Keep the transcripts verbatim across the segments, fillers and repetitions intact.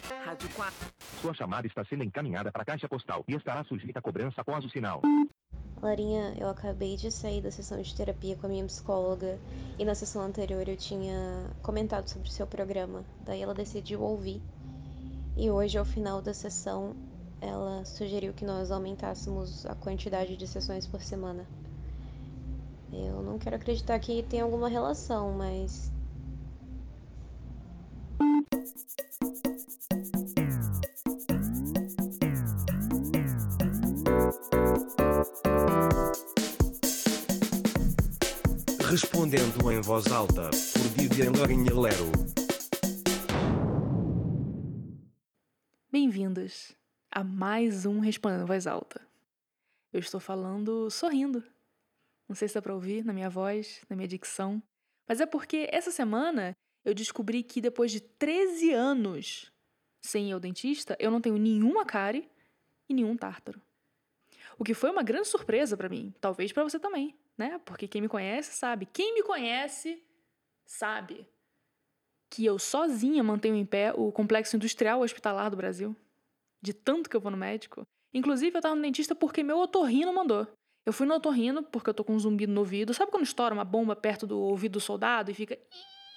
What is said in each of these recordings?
Rádio quatro. Sua chamada está sendo encaminhada para a caixa postal e estará sujeita a cobrança após o sinal. Larinha, eu acabei de sair da sessão de terapia com a minha psicóloga e na sessão anterior eu tinha comentado sobre o seu programa. Daí ela decidiu ouvir e hoje, ao final da sessão, ela sugeriu que nós aumentássemos a quantidade de sessões por semana. Eu não quero acreditar que tem alguma relação, mas... Respondendo em voz alta, por Vivian Larinha Lero. Bem-vindos a mais um Respondendo em Voz Alta. Eu estou falando sorrindo. Não sei se dá pra ouvir na minha voz, na minha dicção, mas é porque essa semana eu descobri que depois de treze anos sem ir ao dentista, eu não tenho nenhuma cárie e nenhum tártaro. O que foi uma grande surpresa pra mim, talvez pra você também, né? Porque quem me conhece sabe. Quem me conhece sabe que eu sozinha mantenho em pé o complexo industrial hospitalar do Brasil. De tanto que eu vou no médico. Inclusive, eu tava no dentista porque meu otorrino mandou. Eu fui no otorrino porque eu tô com um zumbido no ouvido. Sabe quando estoura uma bomba perto do ouvido do soldado e fica...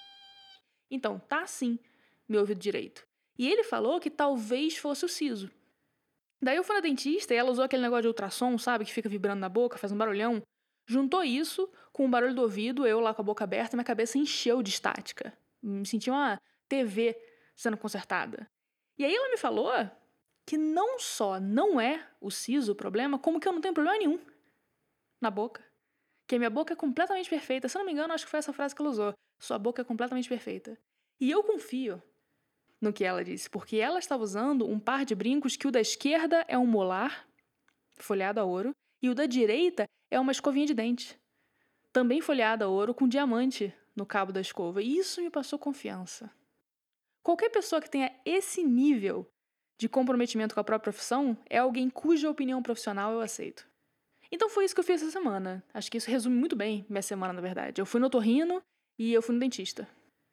Então, tá assim, meu ouvido direito. E ele falou que talvez fosse o siso. Daí eu fui na dentista e ela usou aquele negócio de ultrassom, sabe? Que fica vibrando na boca, faz um barulhão. Juntou isso com o barulho do ouvido, eu lá com a boca aberta, minha cabeça encheu de estática. Me senti uma T V sendo consertada. E aí ela me falou que não só não é o siso o problema, como que eu não tenho problema nenhum na boca. Que a minha boca é completamente perfeita. Se eu não me engano, acho que foi essa frase que ela usou. Sua boca é completamente perfeita. E eu confio no que ela disse, porque ela estava usando um par de brincos que o da esquerda é um molar, folhado a ouro, e o da direita é uma escovinha de dente, também folhada a ouro, com diamante no cabo da escova. E isso me passou confiança. Qualquer pessoa que tenha esse nível de comprometimento com a própria profissão é alguém cuja opinião profissional eu aceito. Então foi isso que eu fiz essa semana. Acho que isso resume muito bem minha semana, na verdade. Eu fui no otorrino e eu fui no dentista.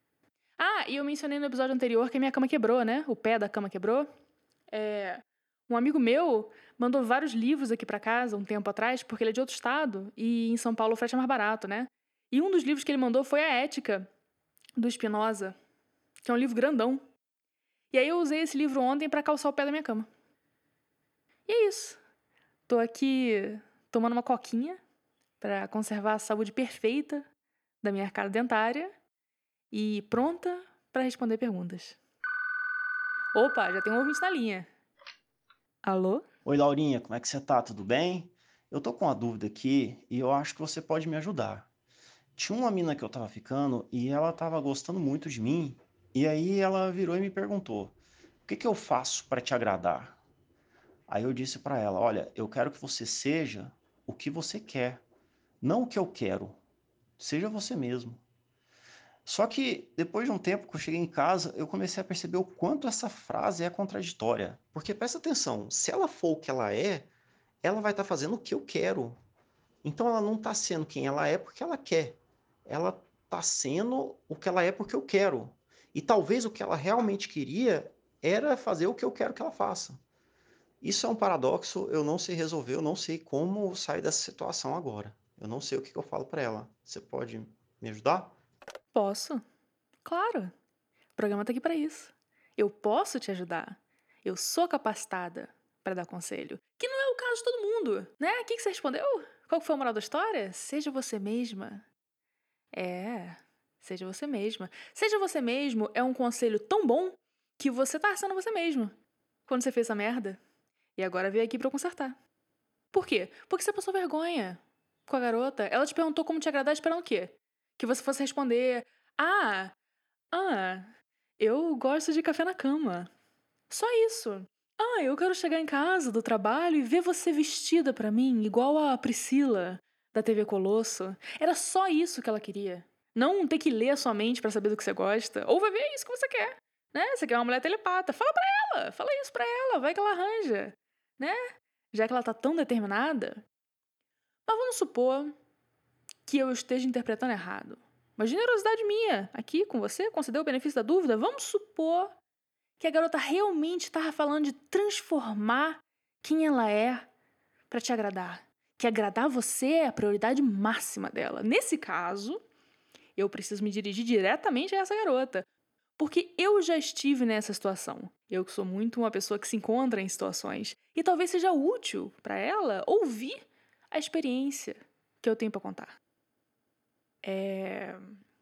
Ah, e eu mencionei no episódio anterior que a minha cama quebrou, né? O pé da cama quebrou. É... Um amigo meu mandou vários livros aqui pra casa um tempo atrás, porque ele é de outro estado e em São Paulo o frete é mais barato, né? E um dos livros que ele mandou foi A Ética, do Spinoza, que é um livro grandão. E aí eu usei esse livro ontem pra calçar o pé da minha cama. E é isso. Tô aqui tomando uma coquinha pra conservar a saúde perfeita da minha arcada dentária e pronta pra responder perguntas. Opa, já tem um ouvinte na linha. Alô? Oi, Laurinha, como é que você tá? Tudo bem? Eu tô com uma dúvida aqui e eu acho que você pode me ajudar. Tinha uma mina que eu tava ficando e ela tava gostando muito de mim, e aí ela virou e me perguntou: "O que que eu faço para te agradar?" Aí eu disse pra ela: "Olha, eu quero que você seja o que você quer, não o que eu quero. Seja você mesmo." Só que depois de um tempo que eu cheguei em casa, eu comecei a perceber o quanto essa frase é contraditória. Porque presta atenção, se ela for o que ela é, ela vai estar fazendo o que eu quero. Então ela não está sendo quem ela é porque ela quer. Ela está sendo o que ela é porque eu quero. E talvez o que ela realmente queria era fazer o que eu quero que ela faça. Isso é um paradoxo, eu não sei resolver, eu não sei como sair dessa situação agora. Eu não sei o que que eu falo para ela. Você pode me ajudar? Posso? Claro. O programa tá aqui pra isso. Eu posso te ajudar. Eu sou capacitada pra dar conselho. Que não é o caso de todo mundo, né? O que que você respondeu? Qual que foi a moral da história? Seja você mesma. É, seja você mesma. Seja você mesmo é um conselho tão bom que você tá sendo você mesmo quando você fez essa merda. E agora veio aqui pra eu consertar. Por quê? Porque você passou vergonha com a garota. Ela te perguntou como te agradar esperando o quê? Que você fosse responder: Ah, ah, eu gosto de café na cama. Só isso. Ah, eu quero chegar em casa do trabalho e ver você vestida pra mim, igual a Priscila, da T V Colosso. Era só isso que ela queria. Não ter que ler a sua mente pra saber do que você gosta. Ou vai ver isso que você quer, né? Você quer uma mulher telepata. Fala pra ela, fala isso pra ela, vai que ela arranja, né? Já que ela tá tão determinada. Mas vamos supor que eu esteja interpretando errado. Uma generosidade minha, aqui com você, conceder o benefício da dúvida. Vamos supor que a garota realmente estava falando de transformar quem ela é para te agradar. Que agradar você é a prioridade máxima dela. Nesse caso, eu preciso me dirigir diretamente a essa garota. Porque eu já estive nessa situação. Eu que sou muito uma pessoa que se encontra em situações. E talvez seja útil para ela ouvir a experiência que eu tenho para contar. É...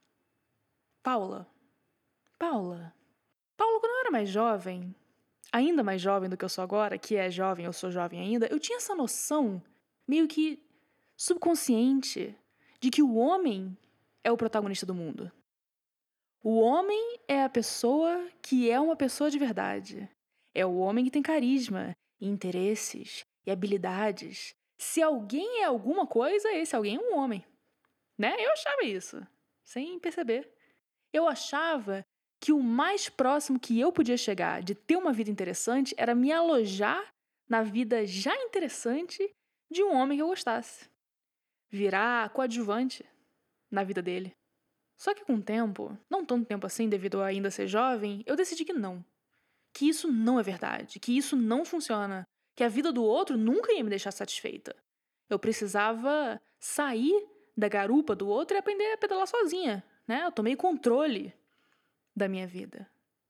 Paula. Paula. Paula, quando eu era mais jovem, ainda mais jovem do que eu sou agora, que é jovem, eu sou jovem ainda, eu tinha essa noção meio que subconsciente de que o homem é o protagonista do mundo. O homem é a pessoa que é uma pessoa de verdade. É o homem que tem carisma, e interesses e habilidades. Se alguém é alguma coisa, esse alguém é um homem. Né? Eu achava isso, sem perceber. Eu achava que o mais próximo que eu podia chegar de ter uma vida interessante era me alojar na vida já interessante de um homem que eu gostasse. Virar coadjuvante na vida dele. Só que com o tempo, não tanto tempo assim devido a ainda ser jovem, eu decidi que não. Que isso não é verdade, que isso não funciona, que a vida do outro nunca ia me deixar satisfeita. Eu precisava sair da garupa do outro e aprender a pedalar sozinha, né? Eu tomei controle da minha vida.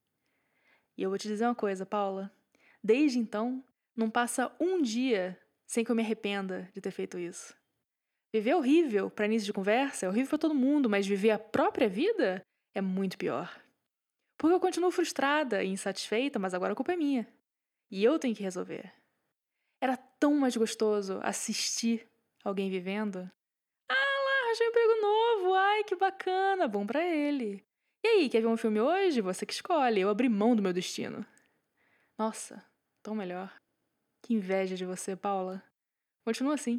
E eu vou te dizer uma coisa, Paula. Desde então, não passa um dia sem que eu me arrependa de ter feito isso. Viver é horrível para início de conversa, é horrível para todo mundo, mas viver a própria vida é muito pior. Porque eu continuo frustrada e insatisfeita, mas agora a culpa é minha. E eu tenho que resolver. Era tão mais gostoso assistir alguém vivendo. Ah lá, arranjei um emprego novo, ai que bacana, bom pra ele. E aí, quer ver um filme hoje? Você que escolhe, eu abri mão do meu destino. Nossa, tão melhor. Que inveja de você, Paula. Continua assim.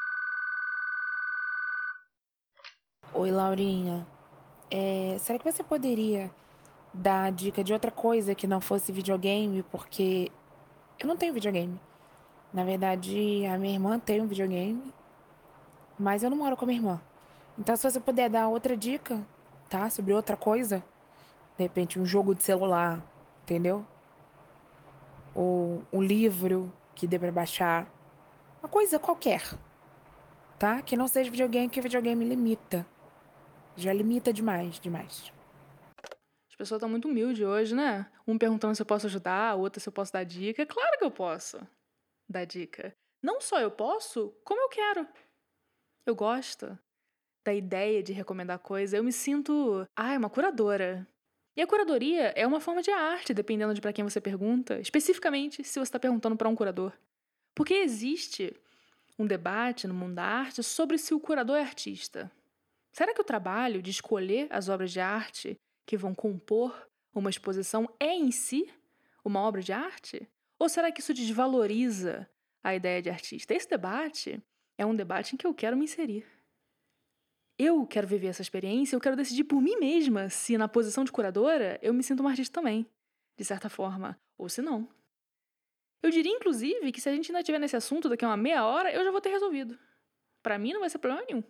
Oi, Laurinha. É, será que você poderia dar dica de outra coisa que não fosse videogame? Porque eu não tenho videogame. Na verdade, a minha irmã tem um videogame, mas eu não moro com a minha irmã. Então, se você puder dar outra dica, tá? Sobre outra coisa, de repente um jogo de celular, entendeu? Ou um livro que dê pra baixar. Uma coisa qualquer, tá? Que não seja videogame, que o videogame limita. Já limita demais, demais. As pessoas estão muito humildes hoje, né? Um perguntando se eu posso ajudar, outra se eu posso dar dica. Claro que eu posso dar dica. Não só eu posso, como eu quero. Eu gosto da ideia de recomendar coisa. Eu me sinto, ai, uma curadora. E a curadoria é uma forma de arte, dependendo de para quem você pergunta. Especificamente, se você está perguntando para um curador. Porque existe um debate no mundo da arte sobre se o curador é artista. Será que o trabalho de escolher as obras de arte que vão compor uma exposição é em si uma obra de arte? Ou será que isso desvaloriza a ideia de artista? Esse debate é um debate em que eu quero me inserir. Eu quero viver essa experiência, eu quero decidir por mim mesma se na posição de curadora eu me sinto uma artista também, de certa forma, ou se não. Eu diria, inclusive, que se a gente ainda estiver nesse assunto daqui a uma meia hora, eu já vou ter resolvido. Pra mim não vai ser problema nenhum.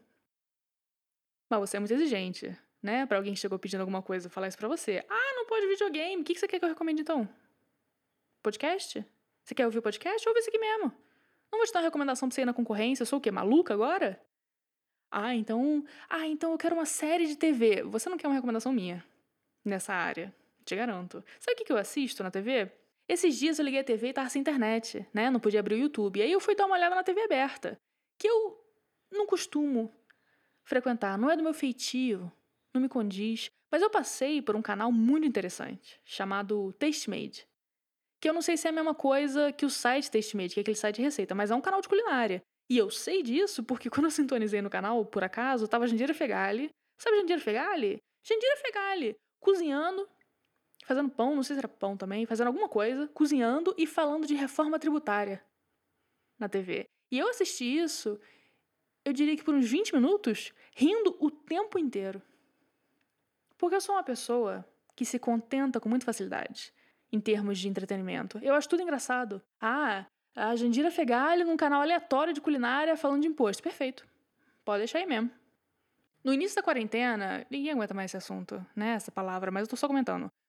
Mas você é muito exigente, né? Pra alguém que chegou pedindo alguma coisa, falar isso pra você. Ah, não pode videogame. O que você quer que eu recomende, então? Podcast? Você quer ouvir o podcast? Ouve esse aqui mesmo. Não vou te dar uma recomendação pra você ir na concorrência. Eu sou o quê? Maluca agora? Ah, então... Ah, então eu quero uma série de T V. Você não quer uma recomendação minha nessa área. Te garanto. Sabe o que eu assisto na T V? Esses dias eu liguei a T V e tava sem internet, né? Não podia abrir o YouTube. E aí eu fui dar uma olhada na T V aberta. Que eu não costumo frequentar, não é do meu feitio, não me condiz, mas eu passei por um canal muito interessante, chamado Tastemade, que eu não sei se é a mesma coisa que o site Tastemade, que é aquele site de receita, mas é um canal de culinária. E eu sei disso porque quando eu sintonizei no canal, por acaso, tava a Jandira Fegali. Sabe Jandira Fegali? Jandira Fegali, cozinhando, fazendo pão, não sei se era pão também, fazendo alguma coisa, cozinhando e falando de reforma tributária na T V. E eu assisti isso... Eu diria que por uns vinte minutos, rindo o tempo inteiro. Porque eu sou uma pessoa que se contenta com muita facilidade em termos de entretenimento. Eu acho tudo engraçado. Ah, a Jandira Fegali num canal aleatório de culinária falando de imposto. Perfeito. Pode deixar aí mesmo. No início da quarentena, ninguém aguenta mais esse assunto, né? Essa palavra, mas eu tô só comentando.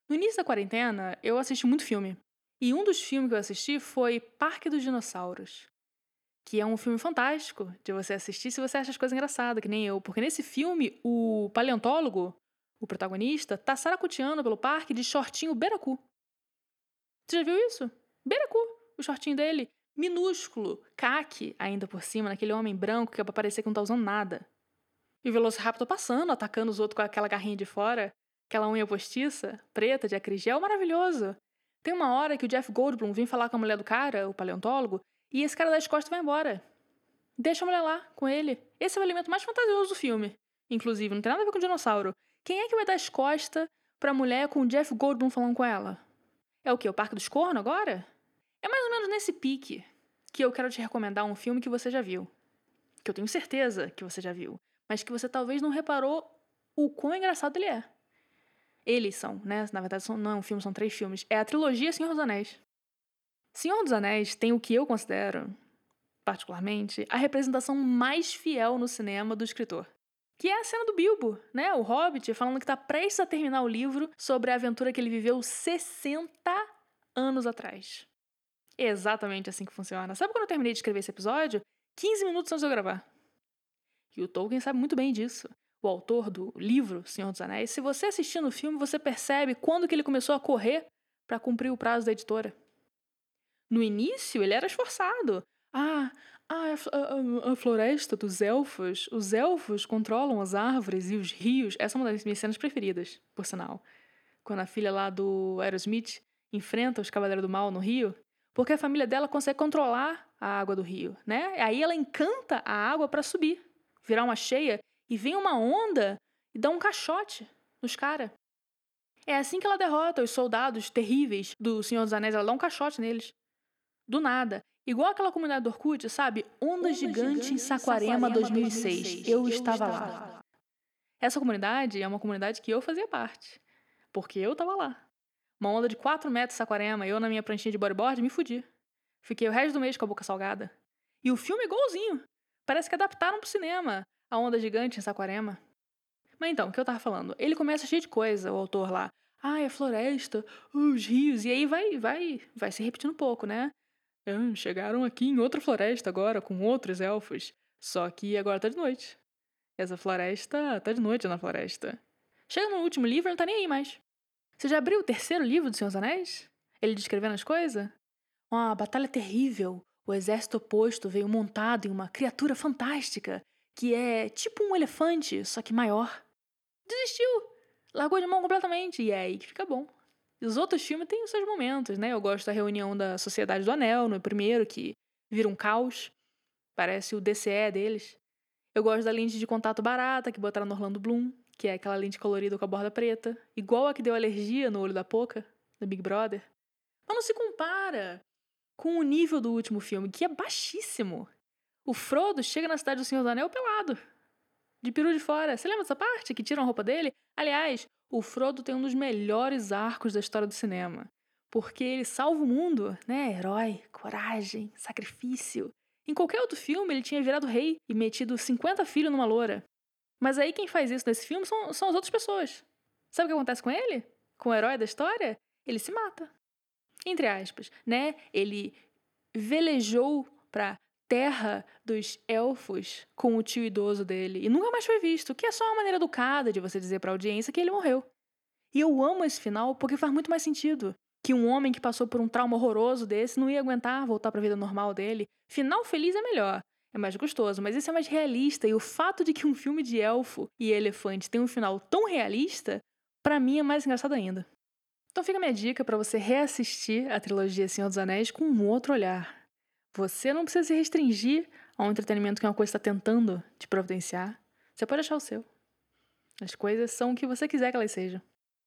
No início da quarentena, eu assisti muito filme. E um dos filmes que eu assisti foi Parque dos Dinossauros, que é um filme fantástico de você assistir se você acha as coisas engraçadas, que nem eu. Porque nesse filme, o paleontólogo, o protagonista, tá saracoteando pelo parque de shortinho beiracu. Você já viu isso? Beiracu, o shortinho dele, minúsculo, caque ainda por cima, naquele homem branco que é pra parecer que não tá usando nada. E o Velociraptor passando, atacando os outros com aquela garrinha de fora, aquela unha postiça, preta, de acrigel, maravilhoso. Tem uma hora que o Jeff Goldblum vem falar com a mulher do cara, o paleontólogo, e esse cara das costas vai embora. Deixa a mulher lá, com ele. Esse é o elemento mais fantasioso do filme. Inclusive, não tem nada a ver com dinossauro. Quem é que vai dar as costas pra mulher com o Jeff Goldblum falando com ela? É o quê? O Parque dos Cornos agora? É mais ou menos nesse pique que eu quero te recomendar um filme que você já viu. Que eu tenho certeza que você já viu. Mas que você talvez não reparou o quão engraçado ele é. Eles são, né? Na verdade, são, não é um filme, são três filmes. É a trilogia Senhor dos Anéis. Senhor dos Anéis tem o que eu considero, particularmente, a representação mais fiel no cinema do escritor. Que é a cena do Bilbo, né? O Hobbit, falando que tá prestes a terminar o livro sobre a aventura que ele viveu sessenta anos atrás. É exatamente assim que funciona. Sabe quando eu terminei de escrever esse episódio? quinze minutos antes de eu gravar. E o Tolkien sabe muito bem disso. O autor do livro Senhor dos Anéis, se você assistir no filme, você percebe quando que ele começou a correr para cumprir o prazo da editora. No início, ele era esforçado. Ah, ah a, a, a floresta dos elfos. Os elfos controlam as árvores e os rios. Essa é uma das minhas cenas preferidas, por sinal. Quando a filha lá do Aerosmith enfrenta os Cavaleiros do Mal no rio, porque a família dela consegue controlar a água do rio, né? Aí ela encanta a água para subir, virar uma cheia, e vem uma onda e dá um caixote nos caras. É assim que ela derrota os soldados terríveis do Senhor dos Anéis. Ela dá um caixote neles. Do nada. Igual aquela comunidade do Orkut, sabe? Onda, Onda Gigante, gigante em Saquarema, dois mil e seis. Eu, eu estava lá. lá. Essa comunidade é uma comunidade que eu fazia parte. Porque eu estava lá. Uma onda de quatro metros em Saquarema, eu na minha pranchinha de bodyboard, me fudi. Fiquei o resto do mês com a boca salgada. E o filme é igualzinho. Parece que adaptaram pro cinema a Onda Gigante em Saquarema. Mas então, o que eu tava falando? Ele começa cheio de coisa, o autor lá. Ah, é a floresta, os rios. E aí vai, vai, vai se repetindo um pouco, né? Ah, chegaram aqui em outra floresta agora, com outros elfos. Só que agora tá de noite. Essa floresta tá de noite na floresta. Chega no último livro, ele não tá nem aí mais. Você já abriu o terceiro livro do Senhor dos Anéis? Ele descrevendo as coisas? Uma batalha terrível. O exército oposto veio montado em uma criatura fantástica, que é tipo um elefante, só que maior. Desistiu. Largou de mão completamente. E é aí que fica bom. E os outros filmes têm os seus momentos, né? Eu gosto da reunião da Sociedade do Anel, no primeiro, que vira um caos. Parece o D C E deles. Eu gosto da lente de contato barata, que botaram no Orlando Bloom, que é aquela lente colorida com a borda preta. Igual a que deu alergia no olho da Poca, no Big Brother. Mas não se compara com o nível do último filme, que é baixíssimo. O Frodo chega na cidade do Senhor do Anel pelado. De peru de fora. Você lembra dessa parte? Que tiram a roupa dele? Aliás, o Frodo tem um dos melhores arcos da história do cinema. Porque ele salva o mundo, né? Herói, coragem, sacrifício. Em qualquer outro filme, ele tinha virado rei e metido cinquenta filhos numa loura. Mas aí quem faz isso nesse filme são, são as outras pessoas. Sabe o que acontece com ele? Com o herói da história? Ele se mata. Entre aspas, né? Ele velejou pra terra dos elfos com o tio idoso dele e nunca mais foi visto, que é só uma maneira educada de você dizer pra audiência que ele morreu. E eu amo esse final porque faz muito mais sentido. Que um homem que passou por um trauma horroroso desse não ia aguentar voltar pra vida normal dele. Final feliz é melhor, é mais gostoso, mas esse é mais realista, e o fato de que um filme de elfo e elefante tem um final tão realista, pra mim é mais engraçado ainda. Então fica a minha dica pra você reassistir a trilogia Senhor dos Anéis com um outro olhar. Você não precisa se restringir a um entretenimento que uma coisa está tentando te providenciar. Você pode achar o seu. As coisas são o que você quiser que elas sejam.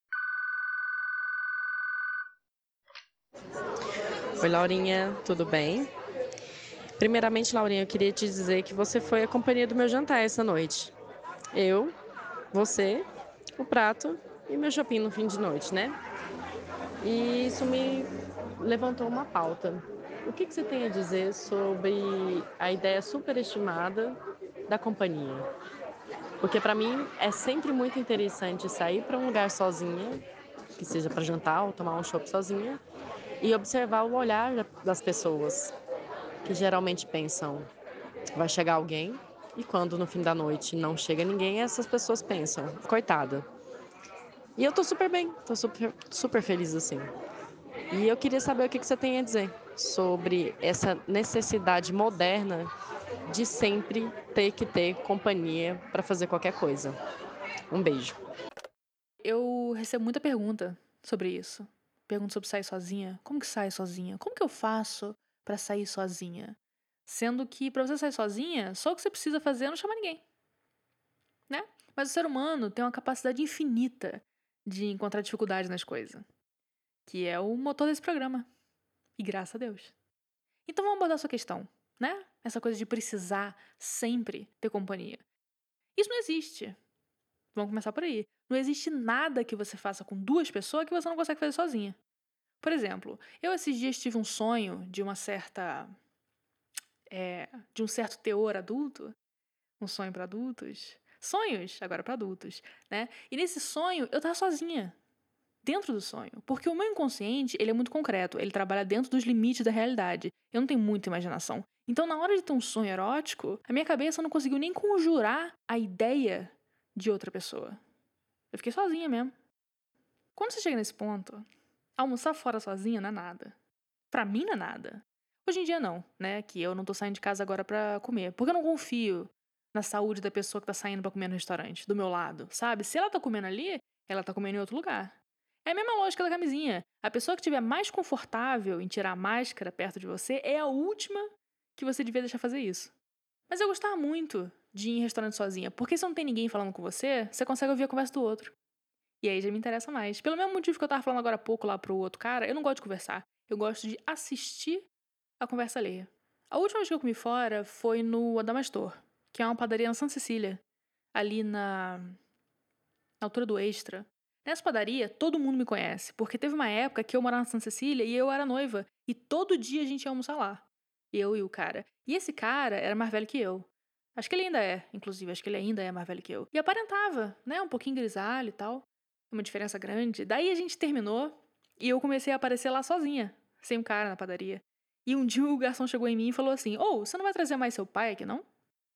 Oi, Laurinha, tudo bem? Primeiramente, Laurinha, eu queria te dizer que você foi a companhia do meu jantar essa noite. Eu, você, o prato e meu shopping no fim de noite, né? E isso me levantou uma pauta. O que, que você tem a dizer sobre a ideia superestimada da companhia? Porque para mim é sempre muito interessante sair para um lugar sozinha que seja para jantar ou tomar um chopp sozinha, e observar o olhar das pessoas, que geralmente pensam, vai chegar alguém, e quando no fim da noite não chega ninguém, essas pessoas pensam, coitada. E eu tô super bem, tô super, super feliz assim. E eu queria saber o que você tem a dizer sobre essa necessidade moderna de sempre ter que ter companhia para fazer qualquer coisa. Um beijo. Eu recebo muita pergunta sobre isso. Pergunta sobre sair sozinha. Como que sai sozinha? Como que eu faço pra sair sozinha? Sendo que pra você sair sozinha, só o que você precisa fazer é não chamar ninguém, né? Mas o ser humano tem uma capacidade infinita de encontrar dificuldade nas coisas, que é o motor desse programa. E graças a Deus. Então vamos abordar a sua questão, né? Essa coisa de precisar sempre ter companhia. Isso não existe. Vamos começar por aí. Não existe nada que você faça com duas pessoas que você não consegue fazer sozinha. Por exemplo, eu esses dias tive um sonho de uma certa... É, de um certo teor adulto. Um sonho para adultos. Sonhos, agora para adultos, né? E nesse sonho, eu tava sozinha. Dentro do sonho. Porque o meu inconsciente, ele é muito concreto. Ele trabalha dentro dos limites da realidade. Eu não tenho muita imaginação. Então, na hora de ter um sonho erótico, a minha cabeça não conseguiu nem conjurar a ideia de outra pessoa. Eu fiquei sozinha mesmo. Quando você chega nesse ponto, almoçar fora sozinha não é nada. Pra mim não é nada. Hoje em dia não, né? Que eu não tô saindo de casa agora pra comer. Porque eu não confio na saúde da pessoa que tá saindo pra comer no restaurante, do meu lado, sabe? Se ela tá comendo ali, ela tá comendo em outro lugar. É a mesma lógica da camisinha. A pessoa que estiver mais confortável em tirar a máscara perto de você é a última que você devia deixar fazer isso. Mas eu gostava muito de ir em restaurante sozinha, porque se não tem ninguém falando com você, você consegue ouvir a conversa do outro. E aí já me interessa mais. Pelo mesmo motivo que eu tava falando agora há pouco lá pro outro cara, eu não gosto de conversar. Eu gosto de assistir a conversa alheia. A última vez que eu comi fora foi no Adamastor, que é uma padaria na Santa Cecília, ali na, na altura do Extra. Nessa padaria, todo mundo me conhece, porque teve uma época que eu morava na Santa Cecília e eu era noiva, e todo dia a gente ia almoçar lá. Eu e o cara. E esse cara era mais velho que eu. Acho que ele ainda é, inclusive, acho que ele ainda é mais velho que eu. E aparentava, né, um pouquinho grisalho e tal. Uma diferença grande. Daí a gente terminou e eu comecei a aparecer lá sozinha, sem um cara na padaria. E um dia o garçom chegou em mim e falou assim, ô, oh, você não vai trazer mais seu pai aqui, não?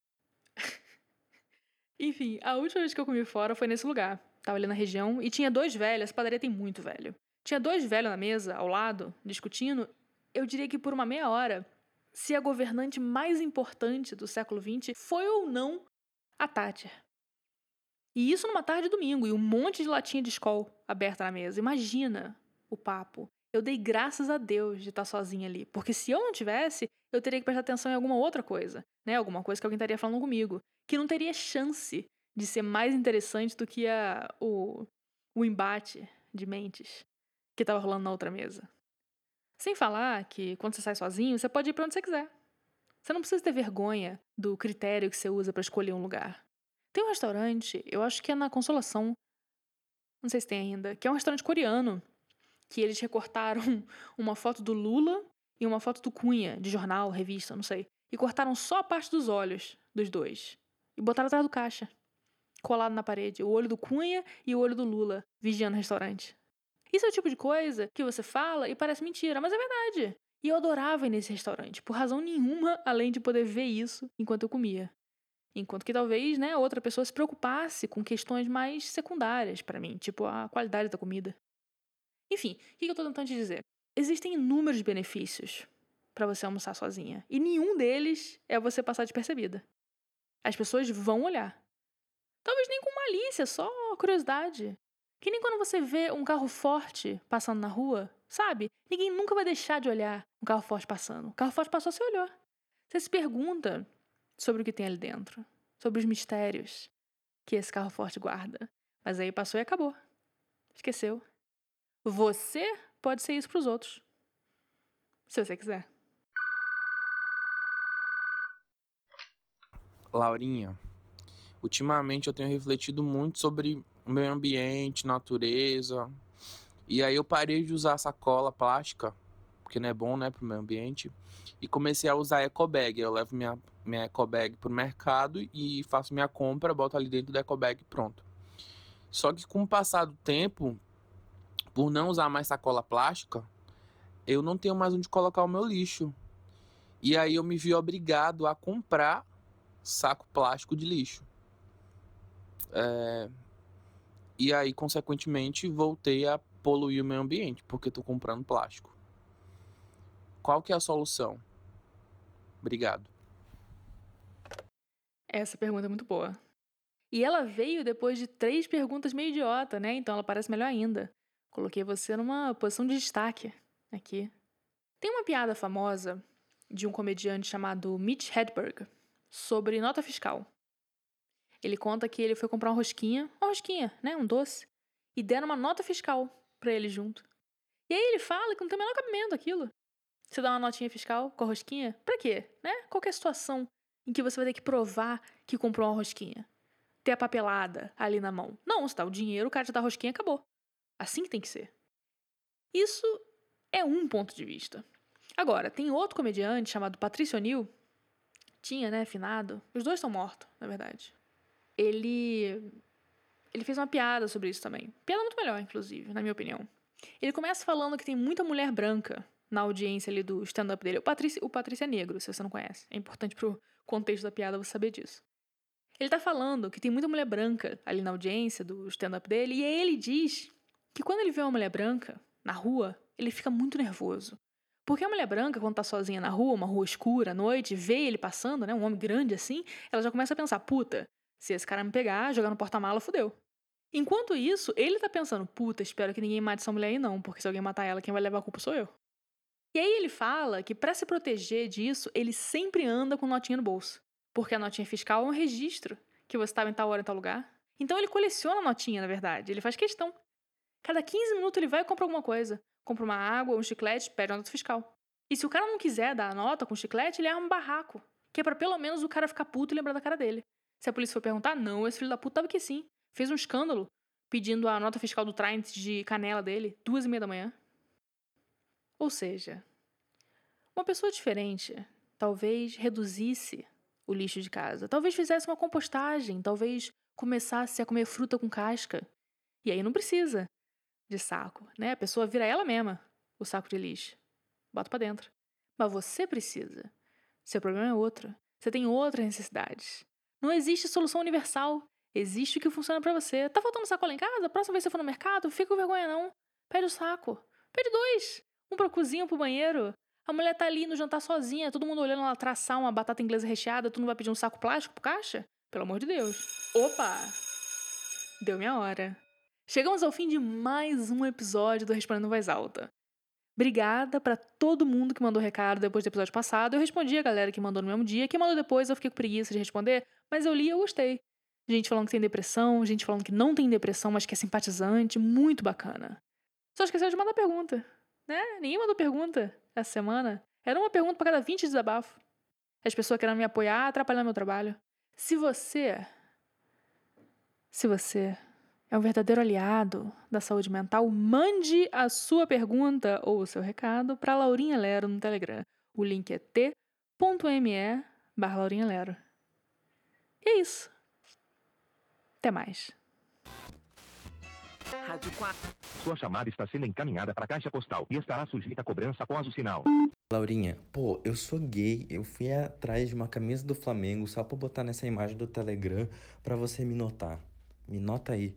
Enfim, a última vez que eu comi fora foi nesse lugar. Tava ali na região e tinha dois velhos, essa padaria tem muito velho. Tinha dois velhos na mesa, ao lado, discutindo, eu diria que por uma meia hora, se a governante mais importante do século vinte foi ou não a Thatcher. E isso numa tarde de domingo, e um monte de latinha de Skol aberta na mesa. Imagina o papo. Eu dei graças a Deus de estar sozinha ali, porque se eu não tivesse, eu teria que prestar atenção em alguma outra coisa, né? Alguma coisa que alguém estaria falando comigo, que não teria chance de ser mais interessante do que a, o, o embate de mentes que estava rolando na outra mesa. Sem falar que, quando você sai sozinho, você pode ir para onde você quiser. Você não precisa ter vergonha do critério que você usa para escolher um lugar. Tem um restaurante, eu acho que é na Consolação, não sei se tem ainda, que é um restaurante coreano, que eles recortaram uma foto do Lula e uma foto do Cunha, de jornal, revista, não sei. E cortaram só a parte dos olhos dos dois. E botaram atrás do caixa, colado na parede, o olho do Cunha e o olho do Lula, vigiando o restaurante. Isso é o tipo de coisa que você fala e parece mentira, mas é verdade. E eu adorava ir nesse restaurante, por razão nenhuma, além de poder ver isso enquanto eu comia. Enquanto que talvez, né, outra pessoa se preocupasse com questões mais secundárias pra mim, tipo a qualidade da comida. Enfim, o que eu tô tentando te dizer? Existem inúmeros benefícios pra você almoçar sozinha, e nenhum deles é você passar despercebida. As pessoas vão olhar. Talvez nem com malícia, só curiosidade. Que nem quando você vê um carro forte passando na rua, sabe? Ninguém nunca vai deixar de olhar um carro forte passando. O carro forte passou, você olhou. Você se pergunta sobre o que tem ali dentro, sobre os mistérios que esse carro forte guarda. Mas aí passou e acabou. Esqueceu. Você pode ser isso pros outros, se você quiser. Laurinha, ultimamente eu tenho refletido muito sobre o meio ambiente, natureza, e aí eu parei de usar sacola plástica, porque não é bom, né, pro meio ambiente, e comecei a usar ecobag. Eu levo minha, minha ecobag pro mercado e faço minha compra, boto ali dentro da ecobag e pronto. Só que com o passar do tempo, por não usar mais sacola plástica, eu não tenho mais onde colocar o meu lixo. E aí eu me vi obrigado a comprar saco plástico de lixo. É... E aí, consequentemente, voltei a poluir o meio ambiente, porque estou comprando plástico. Qual que é a solução? Obrigado. Essa pergunta é muito boa. E ela veio depois de três perguntas meio idiota, né? Então ela parece melhor ainda. Coloquei você numa posição de destaque aqui. Tem uma piada famosa de um comediante chamado Mitch Hedberg sobre nota fiscal. Ele conta que ele foi comprar uma rosquinha, uma rosquinha, né? Um doce, e deram uma nota fiscal pra ele junto. E aí ele fala que não tem o menor cabimento aquilo. Você dá uma notinha fiscal com a rosquinha? Pra quê? Né? Qual que é a situação em que você vai ter que provar que comprou uma rosquinha? Ter a papelada ali na mão. Não, você dá o dinheiro, o cara te dá a rosquinha e acabou. Assim que tem que ser. Isso é um ponto de vista. Agora, tem outro comediante chamado Patrice O'Neal. Tinha, né, finado. Os dois estão mortos, na verdade. Ele... Ele fez uma piada sobre isso também. Piada muito melhor, inclusive, na minha opinião. Ele começa falando que tem muita mulher branca na audiência ali do stand-up dele. O Patrício, o Patrício é negro, se você não conhece. É importante pro contexto da piada você saber disso. Ele tá falando que tem muita mulher branca ali na audiência do stand-up dele, e aí ele diz que quando ele vê uma mulher branca na rua, ele fica muito nervoso. Porque a mulher branca, quando tá sozinha na rua, uma rua escura, à noite, vê ele passando, né, um homem grande assim, ela já começa a pensar, puta, se esse cara me pegar, jogar no porta-mala, fudeu. Enquanto isso, ele tá pensando, puta, espero que ninguém mate essa mulher aí não, porque se alguém matar ela, quem vai levar a culpa sou eu. E aí ele fala que pra se proteger disso, ele sempre anda com notinha no bolso. Porque a notinha fiscal é um registro que você estava em tal hora, em tal lugar. Então ele coleciona notinha, na verdade. Ele faz questão. Cada quinze minutos ele vai e compra alguma coisa. Compra uma água, um chiclete, pede uma nota fiscal. E se o cara não quiser dar a nota com chiclete, ele arma um barraco. Que é pra pelo menos o cara ficar puto e lembrar da cara dele. Se a polícia for perguntar, não, esse filho da puta sabe que sim. Fez um escândalo pedindo a nota fiscal do Trint de canela dele, duas e meia da manhã. Ou seja, uma pessoa diferente talvez reduzisse o lixo de casa. Talvez fizesse uma compostagem, talvez começasse a comer fruta com casca. E aí não precisa de saco, né? A pessoa vira ela mesma o saco de lixo. Bota pra dentro. Mas você precisa. Seu problema é outro. Você tem outras necessidades. Não existe solução universal. Existe o que funciona pra você. Tá faltando sacola em casa? A próxima vez que você for no mercado, fica com vergonha não. Pede o saco. Pede dois. Um pra cozinha, um pro banheiro. A mulher tá ali no jantar sozinha, todo mundo olhando ela traçar uma batata inglesa recheada, tu não vai pedir um saco plástico pro caixa? Pelo amor de Deus. Opa! Deu minha hora. Chegamos ao fim de mais um episódio do Respondendo em Voz Alta. Obrigada pra todo mundo que mandou recado depois do episódio passado. Eu respondi a galera que mandou no mesmo dia. Quem mandou depois eu fiquei com preguiça de responder, mas eu li e eu gostei. Gente falando que tem depressão, gente falando que não tem depressão, mas que é simpatizante. Muito bacana. Só esqueceu de mandar pergunta, né? Ninguém mandou pergunta essa semana. Era uma pergunta pra cada vinte desabafo. As pessoas querendo me apoiar, atrapalhando meu trabalho. Se você... Se você é um verdadeiro aliado da saúde mental, mande a sua pergunta ou o seu recado pra Laurinha Lero no Telegram. O link é t.me barra Laurinha Lero. E é isso. Até mais. Rádio quatro. Sua chamada está sendo encaminhada para a caixa postal e estará sujeita a cobrança após o sinal. Laurinha, pô, eu sou gay, eu fui atrás de uma camisa do Flamengo só pra botar nessa imagem do Telegram pra você me notar. Me nota aí.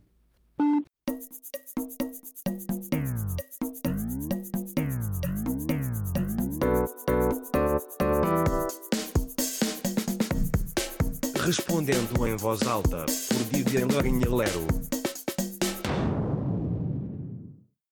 Respondendo em voz alta, por Vivian Lourinha Lero.